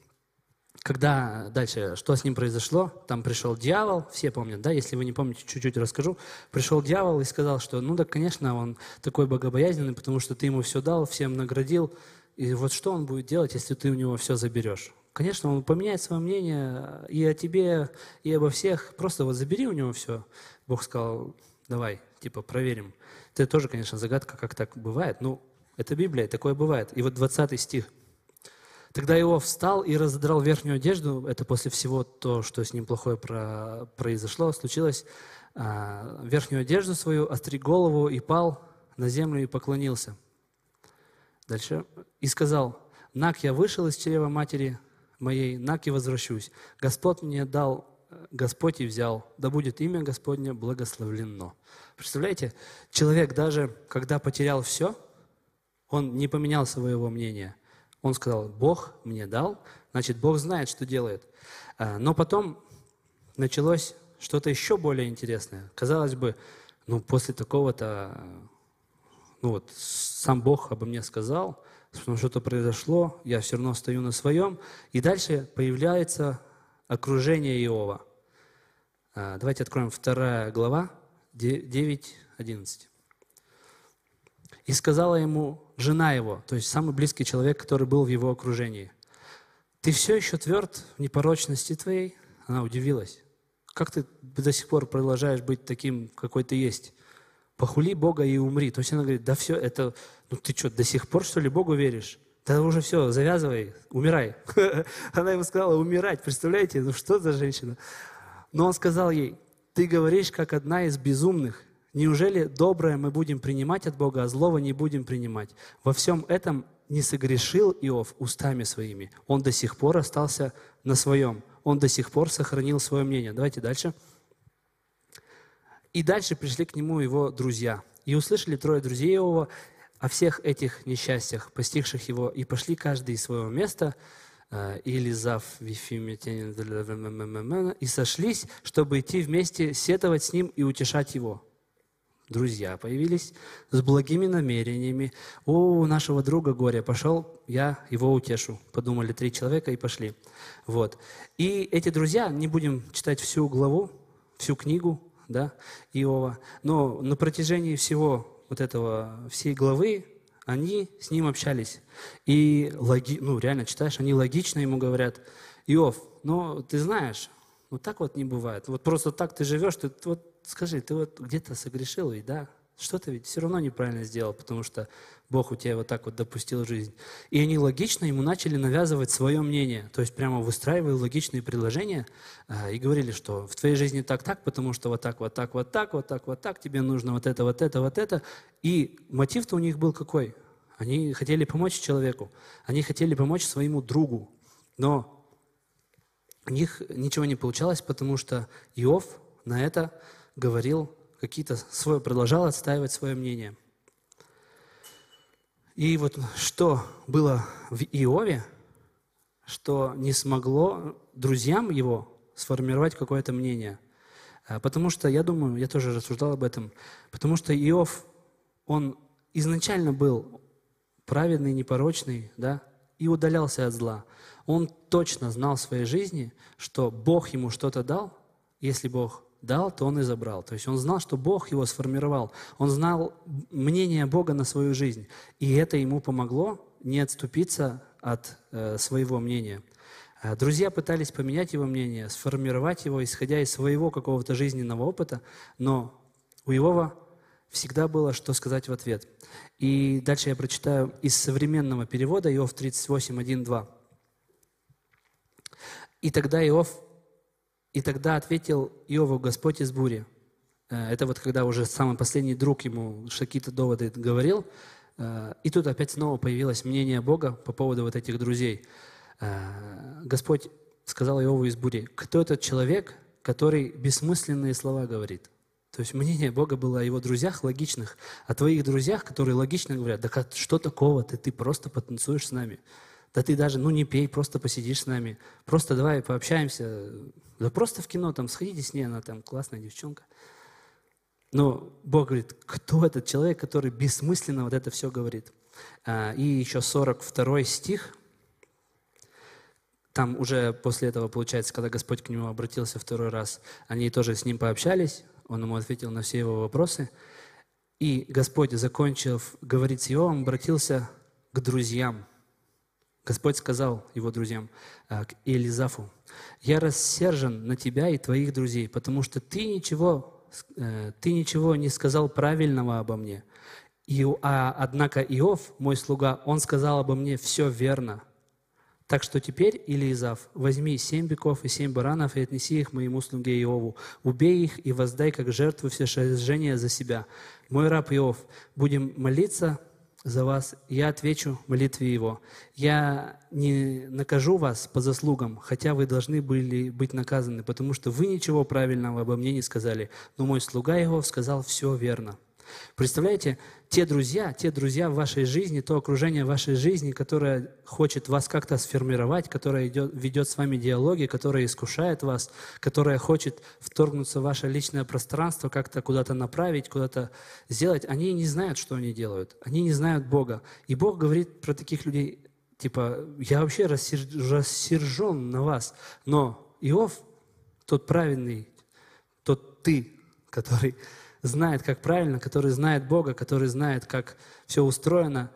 Когда дальше, что с ним произошло, там пришел дьявол, все помнят, да, если вы не помните, чуть-чуть расскажу. Пришел дьявол и сказал, что, ну да, конечно, он такой богобоязненный, потому что ты ему все дал, всем наградил. И вот что он будет делать, если ты у него все заберешь? Конечно, он поменяет свое мнение и о тебе, и обо всех. Просто вот забери у него все. Бог сказал, давай, типа, проверим. Это тоже, конечно, загадка, как так бывает. Ну, это Библия, такое бывает. И вот двадцатый стих. «Тогда Иов встал и разодрал верхнюю одежду». Это после всего то, что с ним плохое про... произошло, случилось. А, верхнюю одежду свою, остриг голову и пал на землю и поклонился. Дальше. «И сказал, наг я вышел из чрева матери моей, наг и возвращусь. Господь мне дал, Господь и взял, да будет имя Господне благословлено». Представляете, человек даже, когда потерял все, он не поменял своего мнения. Он сказал, Бог мне дал, значит, Бог знает, что делает. Но потом началось что-то еще более интересное. Казалось бы, ну, после такого-то... Ну вот, сам Бог обо мне сказал, что что-то произошло, я все равно стою на своем. И дальше появляется окружение Иова. Давайте откроем вторая глава, девять одиннадцать. «И сказала ему жена его», то есть самый близкий человек, который был в его окружении, «Ты все еще тверд в непорочности твоей?» Она удивилась. «Как ты до сих пор продолжаешь быть таким, какой ты есть? Похули Бога и умри». То есть она говорит, да все, это, ну ты что, до сих пор, что ли, Богу веришь? Да уже все, завязывай, умирай. Она ему сказала умирать, представляете, ну что за женщина? Но он сказал ей, ты говоришь, как одна из безумных. Неужели доброе мы будем принимать от Бога, а злого не будем принимать? Во всем этом не согрешил Иов устами своими. Он до сих пор остался на своем. Он до сих пор сохранил свое мнение. Давайте дальше. И дальше пришли к нему его друзья. И услышали трое друзей Иова о всех этих несчастьях, постигших его, и пошли каждый из своего места, и Лизав, и сошлись, чтобы идти вместе, сетовать с ним и утешать его. друзья появились с благими намерениями. У нашего друга горе пошел, я его утешу. Подумали три человека и пошли. Вот. И эти друзья, не будем читать всю главу, всю книгу, да, Иова, но на протяжении всего вот этого, всей главы, они с ним общались. И логи, ну, реально читаешь, они логично ему говорят: Иов, ну, ты знаешь, вот так вот не бывает. Вот просто так ты живешь, ты вот скажи, ты вот где-то согрешил, ведь, да? Что-то ведь все равно неправильно сделал, потому что Бог у тебя вот так вот допустил в жизнь. И они логично ему начали навязывать свое мнение, то есть прямо выстраивая логичные предложения э, и говорили, что в твоей жизни так-так, потому что вот так, вот так, вот так, вот так, вот так, тебе нужно вот это, вот это, вот это. И мотив-то у них был какой? Они хотели помочь человеку, они хотели помочь своему другу, но у них ничего не получалось, потому что Иов на это говорил какие-то свое, продолжал отстаивать свое мнение. И вот что было в Иове, что не смогло друзьям его сформировать какое-то мнение. Потому что, я думаю, я тоже рассуждал об этом, потому что Иов, он изначально был праведный, непорочный, да, и удалялся от зла. Он точно знал в своей жизни, что Бог ему что-то дал, если Бог дал, то он и забрал. То есть он знал, что Бог его сформировал. Он знал мнение Бога на свою жизнь. И это ему помогло не отступиться от э, своего мнения. Друзья пытались поменять его мнение, сформировать его, исходя из своего какого-то жизненного опыта, но у Иова всегда было что сказать в ответ. И дальше я прочитаю из современного перевода Иов тридцать восемь, один, два. «И тогда Иов И тогда ответил Иову Господь из бури». Это вот когда уже самый последний друг ему какие-то доводы говорил. И тут опять снова появилось мнение Бога по поводу вот этих друзей. Господь сказал Иову из бури: «Кто этот человек, который бессмысленные слова говорит?» То есть мнение Бога было о его друзьях логичных, о твоих друзьях, которые логично говорят: «Да как, что такого? Ты, ты просто потанцуешь с нами. Да ты даже, ну не пей, просто посидишь с нами. Просто давай пообщаемся. Да просто в кино там сходите с ней, она там классная девчонка». Но Бог говорит: кто этот человек, который бессмысленно вот это все говорит? И еще сорок второй стих. Там уже после этого, получается, когда Господь к нему обратился второй раз, они тоже с ним пообщались, он ему ответил на все его вопросы. И Господь, закончив говорить с Иовом, обратился к друзьям. Господь сказал его друзьям, к Элизафу: «Я рассержен на тебя и твоих друзей, потому что ты ничего, ты ничего не сказал правильного обо мне. И, а, однако Иов, мой слуга, он сказал обо мне все верно. Так что теперь, Элизаф, возьми семь быков и семь баранов и отнеси их моему слуге Иову. Убей их и воздай как жертву всесожжения за себя. Мой раб Иов, будем молиться за вас, я отвечу молитве его. Я не накажу вас по заслугам, хотя вы должны были быть наказаны, потому что вы ничего правильного обо мне не сказали, но мой слуга Иов сказал все верно». Представляете, те друзья, те друзья в вашей жизни, то окружение в вашей жизни, которое хочет вас как-то сформировать, которое идет, ведет с вами диалоги, которое искушает вас, которое хочет вторгнуться в ваше личное пространство, как-то куда-то направить, куда-то сделать, они не знают, что они делают. Они не знают Бога. И Бог говорит про таких людей, типа: «Я вообще рассерж... рассержен на вас». Но Иов, тот праведный, тот ты, который знает, как правильно, который знает Бога, который знает, как все устроено,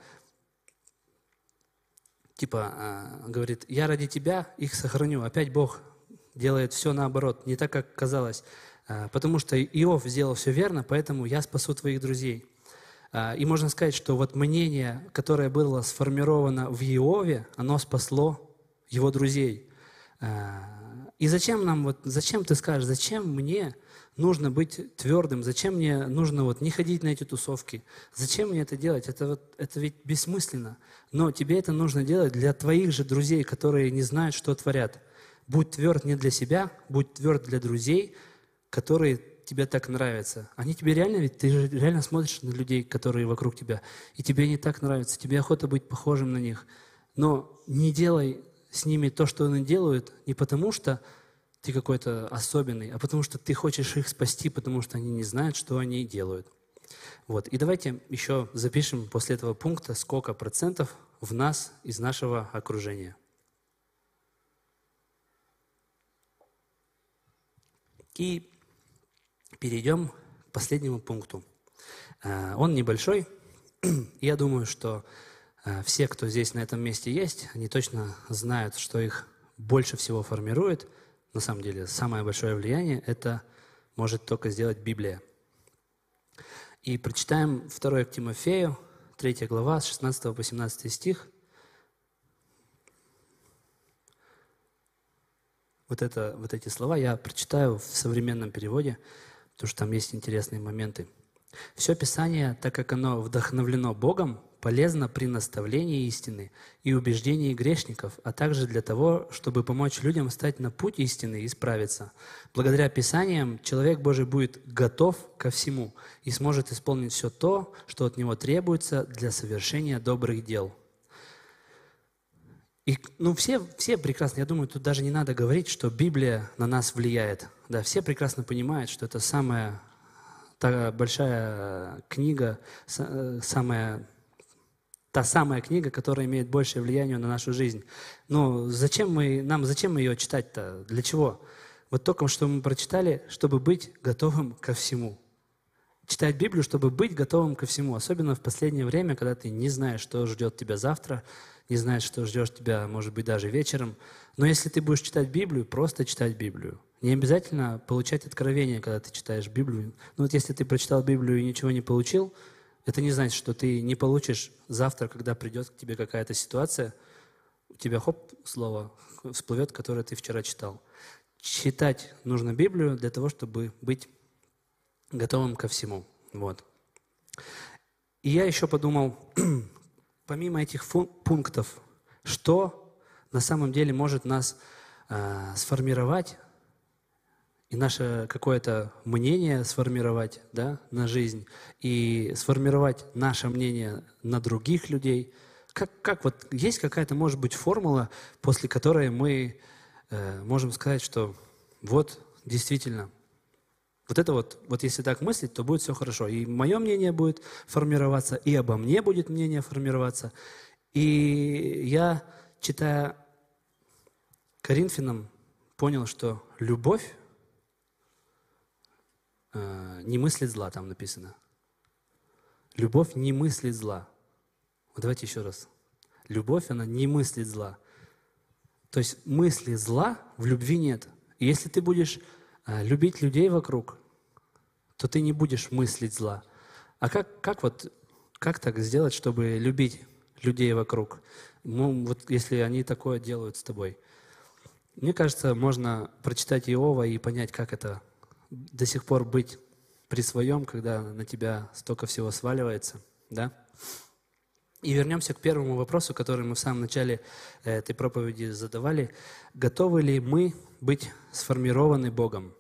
типа э, говорит: «Я ради тебя их сохраню». Опять Бог делает все наоборот, не так, как казалось. Э, потому что Иов сделал все верно, поэтому я спасу твоих друзей. Э, и можно сказать, что вот мнение, которое было сформировано в Иове, оно спасло его друзей. Э, и зачем нам, вот, зачем ты скажешь, зачем мне нужно быть твердым, зачем мне нужно вот не ходить на эти тусовки, зачем мне это делать, это, вот, это ведь бессмысленно. Но тебе это нужно делать для твоих же друзей, которые не знают, что творят. Будь тверд не для себя, будь тверд для друзей, которые тебе так нравятся. Они тебе реально, ведь ты же реально смотришь на людей, которые вокруг тебя, и тебе не так нравятся, тебе охота быть похожим на них. Но не делай с ними то, что они делают, не потому что ты какой-то особенный, а потому что ты хочешь их спасти, потому что они не знают, что они делают. Вот. И давайте еще запишем после этого пункта, сколько процентов в нас из нашего окружения. И перейдем к последнему пункту. Он небольшой. Я думаю, что все, кто здесь на этом месте есть, они точно знают, что их больше всего формирует. На самом деле, самое большое влияние это может только сделать Библия. И прочитаем второе к Тимофею, третья глава, с шестнадцатого по семнадцатый стих. Вот, это, вот эти слова я прочитаю в современном переводе, потому что там есть интересные моменты. «Все Писание, так как оно вдохновлено Богом, полезно при наставлении истины и убеждении грешников, а также для того, чтобы помочь людям стать на путь истины и исправиться. Благодаря Писаниям человек Божий будет готов ко всему и сможет исполнить все то, что от него требуется для совершения добрых дел». И, ну, все, все прекрасно, я думаю, тут даже не надо говорить, что Библия на нас влияет. Да, все прекрасно понимают, что это самая та большая книга, самая, та самая книга, которая имеет большее влияние на нашу жизнь. Но зачем мы, нам зачем ее читать-то? Для чего? Вот только что мы прочитали, чтобы быть готовым ко всему. Читать Библию, чтобы быть готовым ко всему. Особенно в последнее время, когда ты не знаешь, что ждет тебя завтра, не знаешь, что ждет тебя, может быть, даже вечером. Но если ты будешь читать Библию, просто читать Библию. Не обязательно получать откровение, когда ты читаешь Библию. Но вот если ты прочитал Библию и ничего не получил, это не значит, что ты не получишь завтра, когда придет к тебе какая-то ситуация, у тебя, хоп, слово всплывет, которое ты вчера читал. Читать нужно Библию для того, чтобы быть готовым ко всему. Вот. И я еще подумал, помимо этих пунктов, что на самом деле может нас э, сформировать и наше какое-то мнение сформировать, да, на жизнь, и сформировать наше мнение на других людей. Как, как вот есть какая-то, может быть, формула, после которой мы э, можем сказать, что вот действительно, вот это вот, вот если так мыслить, то будет все хорошо. И мое мнение будет формироваться, и обо мне будет мнение формироваться. И я, читая Коринфянам, понял, что любовь э, не мыслит зла, там написано. Любовь не мыслит зла. Вот давайте еще раз. Любовь, она не мыслит зла. То есть мысли зла в любви нет. И если ты будешь э, любить людей вокруг, то ты не будешь мыслить зла. А как, как, вот, как так сделать, чтобы любить людей вокруг? Ну, вот если они такое делают с тобой. Мне кажется, можно прочитать Иова и понять, как это до сих пор быть при своем, когда на тебя столько всего сваливается. Да? И вернемся к первому вопросу, который мы в самом начале этой проповеди задавали. Готовы ли мы быть сформированы Богом?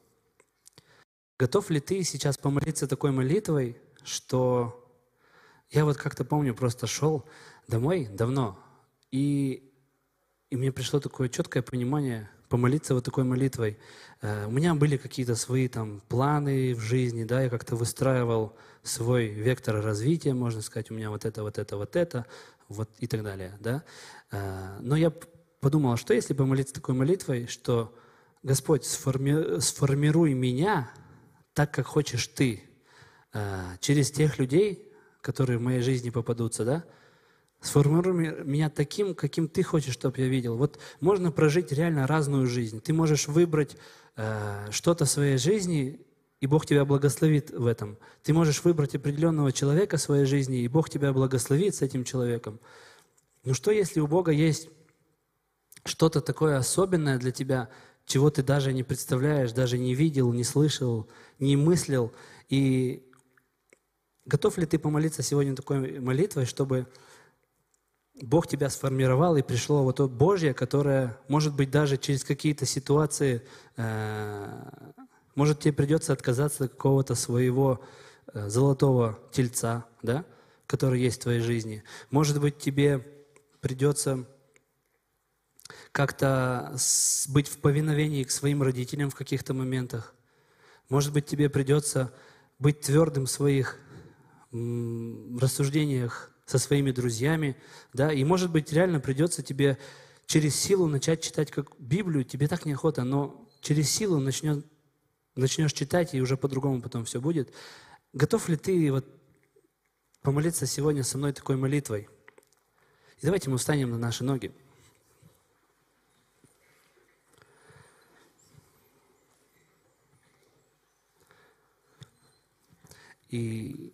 Готов ли ты сейчас помолиться такой молитвой, что я вот как-то помню, просто шел домой давно, и, и мне пришло такое четкое понимание помолиться вот такой молитвой. Uh, у меня были какие-то свои там планы в жизни, да, я как-то выстраивал свой вектор развития, можно сказать, у меня вот это, вот это, вот это, вот и так далее, да. Uh, но я подумал, что если помолиться такой молитвой, что Господь, сформи... сформируй меня так, как хочешь ты, через тех людей, которые в моей жизни попадутся, да? Сформируй меня таким, каким ты хочешь, чтобы я видел. Вот можно прожить реально разную жизнь. Ты можешь выбрать что-то в своей жизни, и Бог тебя благословит в этом. Ты можешь выбрать определенного человека в своей жизни, и Бог тебя благословит с этим человеком. Ну что, если у Бога есть что-то такое особенное для тебя, чего ты даже не представляешь, даже не видел, не слышал, не мыслил. И готов ли ты помолиться сегодня такой молитвой, чтобы Бог тебя сформировал, и пришло вот то Божье, которое, может быть, даже через какие-то ситуации, э, может, тебе придется отказаться от какого-то своего э, золотого тельца, да, который есть в твоей жизни. Может быть, тебе придется как-то быть в повиновении к своим родителям в каких-то моментах. Может быть, тебе придется быть твердым в своих м, рассуждениях со своими друзьями, да, и, может быть, реально придется тебе через силу начать читать как Библию, тебе так неохота, но через силу начнет, начнешь читать, и уже по-другому потом все будет. Готов ли ты вот помолиться сегодня со мной такой молитвой? И давайте мы встанем на наши ноги. И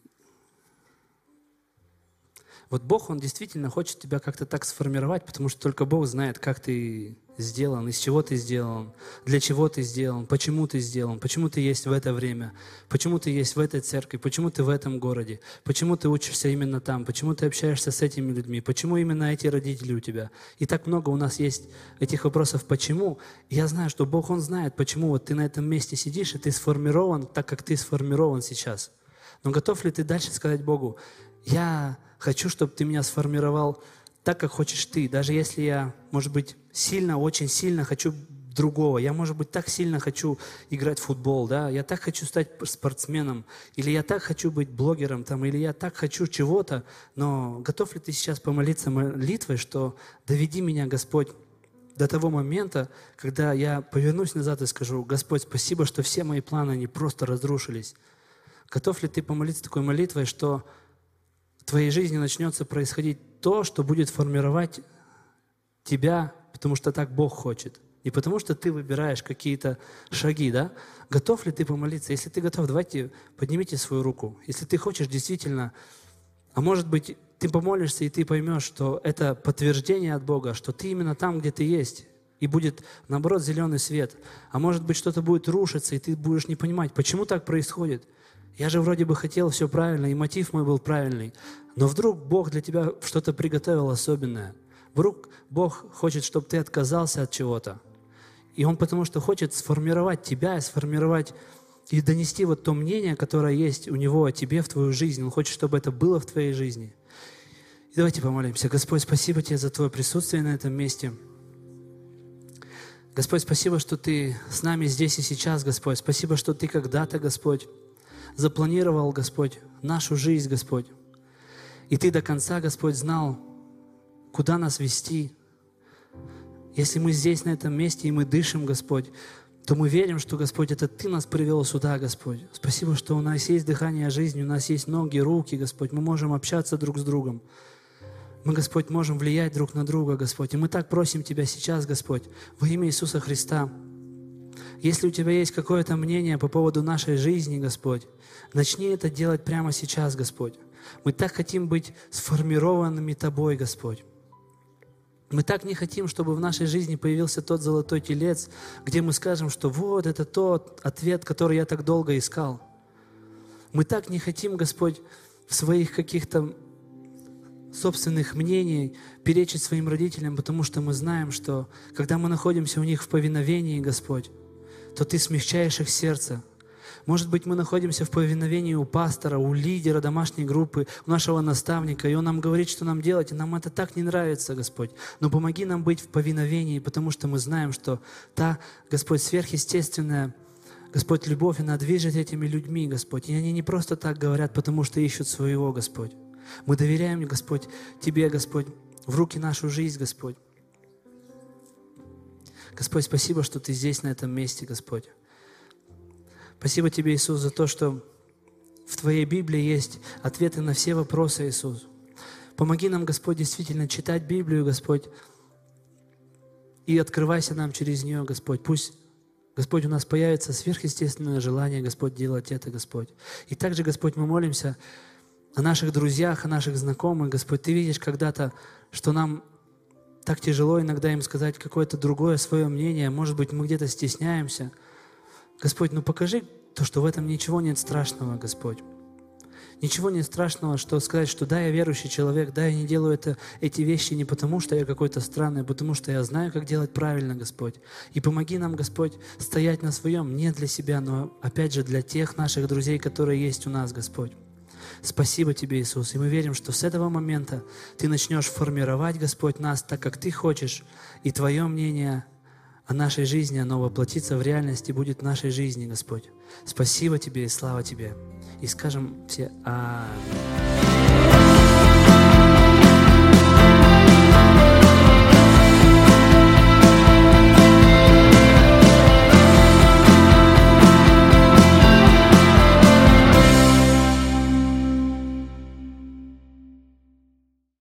вот Бог, Он действительно хочет тебя как-то так сформировать, потому что только Бог знает, как ты сделан, из чего ты сделан, для чего ты сделан, почему ты сделан, почему ты есть в это время, почему ты есть в этой церкви, почему ты в этом городе, почему ты учишься именно там, почему ты общаешься с этими людьми, почему именно эти родители у тебя. И так много у нас есть этих вопросов «почему?». И я знаю, что Бог, Он знает, почему вот ты на этом месте сидишь, и ты сформирован так, как ты сформирован сейчас. Но готов ли ты дальше сказать Богу: «Я хочу, чтобы ты меня сформировал так, как хочешь ты, даже если я, может быть, сильно, очень сильно хочу другого, я, может быть, так сильно хочу играть в футбол, да, я так хочу стать спортсменом, или я так хочу быть блогером, там, или я так хочу чего-то», но готов ли ты сейчас помолиться молитвой, что «доведи меня, Господь, до того момента, когда я повернусь назад и скажу: Господь, спасибо, что все мои планы, они просто разрушились». Готов ли ты помолиться такой молитвой, что в твоей жизни начнется происходить то, что будет формировать тебя, потому что так Бог хочет. Не потому что ты выбираешь какие-то шаги, да? Готов ли ты помолиться? Если ты готов, давайте поднимите свою руку. Если ты хочешь действительно, а может быть, ты помолишься, и ты поймешь, что это подтверждение от Бога, что ты именно там, где ты есть, и будет, наоборот, зеленый свет. А может быть, что-то будет рушиться, и ты будешь не понимать, почему так происходит. Я же вроде бы хотел все правильно, и мотив мой был правильный. Но вдруг Бог для тебя что-то приготовил особенное. Вдруг Бог хочет, чтобы ты отказался от чего-то. И Он потому что хочет сформировать тебя, и сформировать и донести вот то мнение, которое есть у Него о тебе в твою жизнь. Он хочет, чтобы это было в твоей жизни. И давайте помолимся. Господь, спасибо Тебе за Твое присутствие на этом месте. Господь, спасибо, что Ты с нами здесь и сейчас, Господь. Спасибо, что Ты когда-то, Господь, запланировал, Господь, нашу жизнь, Господь. И Ты до конца, Господь, знал, куда нас вести. Если мы здесь, на этом месте, и мы дышим, Господь, то мы верим, что, Господь, это Ты нас привел сюда, Господь. Спасибо, что у нас есть дыхание жизни, у нас есть ноги, руки, Господь. Мы можем общаться друг с другом. Мы, Господь, можем влиять друг на друга, Господь. И мы так просим Тебя сейчас, Господь, во имя Иисуса Христа. Если у Тебя есть какое-то мнение по поводу нашей жизни, Господь, начни это делать прямо сейчас, Господь. Мы так хотим быть сформированными Тобой, Господь. Мы так не хотим, чтобы в нашей жизни появился тот золотой телец, где мы скажем, что вот это тот ответ, который я так долго искал. Мы так не хотим, Господь, в своих каких-то собственных мнений перечить своим родителям, потому что мы знаем, что когда мы находимся у них в повиновении, Господь, то Ты смягчаешь их сердце. Может быть, мы находимся в повиновении у пастора, у лидера домашней группы, у нашего наставника, и он нам говорит, что нам делать, и нам это так не нравится, Господь. Но помоги нам быть в повиновении, потому что мы знаем, что та, Господь, сверхъестественная, Господь, любовь, она движет этими людьми, Господь. И они не просто так говорят, потому что ищут своего, Господь. Мы доверяем, Господь, Тебе, Господь, в руки нашу жизнь, Господь. Господь, спасибо, что Ты здесь, на этом месте, Господь. Спасибо Тебе, Иисус, за то, что в Твоей Библии есть ответы на все вопросы, Иисус. Помоги нам, Господь, действительно читать Библию, Господь, и открывайся нам через нее, Господь. Пусть, Господь, у нас появится сверхъестественное желание, Господь, делать это, Господь. И также, Господь, мы молимся о наших друзьях, о наших знакомых, Господь. Ты видишь когда-то, что нам так тяжело иногда им сказать какое-то другое свое мнение. Может быть, мы где-то стесняемся. Господь, ну покажи то, что в этом ничего нет страшного, Господь. Ничего нет страшного, что сказать, что да, я верующий человек, да, я не делаю это, эти вещи не потому, что я какой-то странный, а потому что я знаю, как делать правильно, Господь. И помоги нам, Господь, стоять на своем, не для себя, но опять же для тех наших друзей, которые есть у нас, Господь. Спасибо Тебе, Иисус. И мы верим, что с этого момента Ты начнешь формировать, Господь, нас так, как Ты хочешь, и Твое мнение о нашей жизни, оно воплотится в реальность и будет в нашей жизни, Господь. Спасибо Тебе и слава Тебе. И скажем все аминь.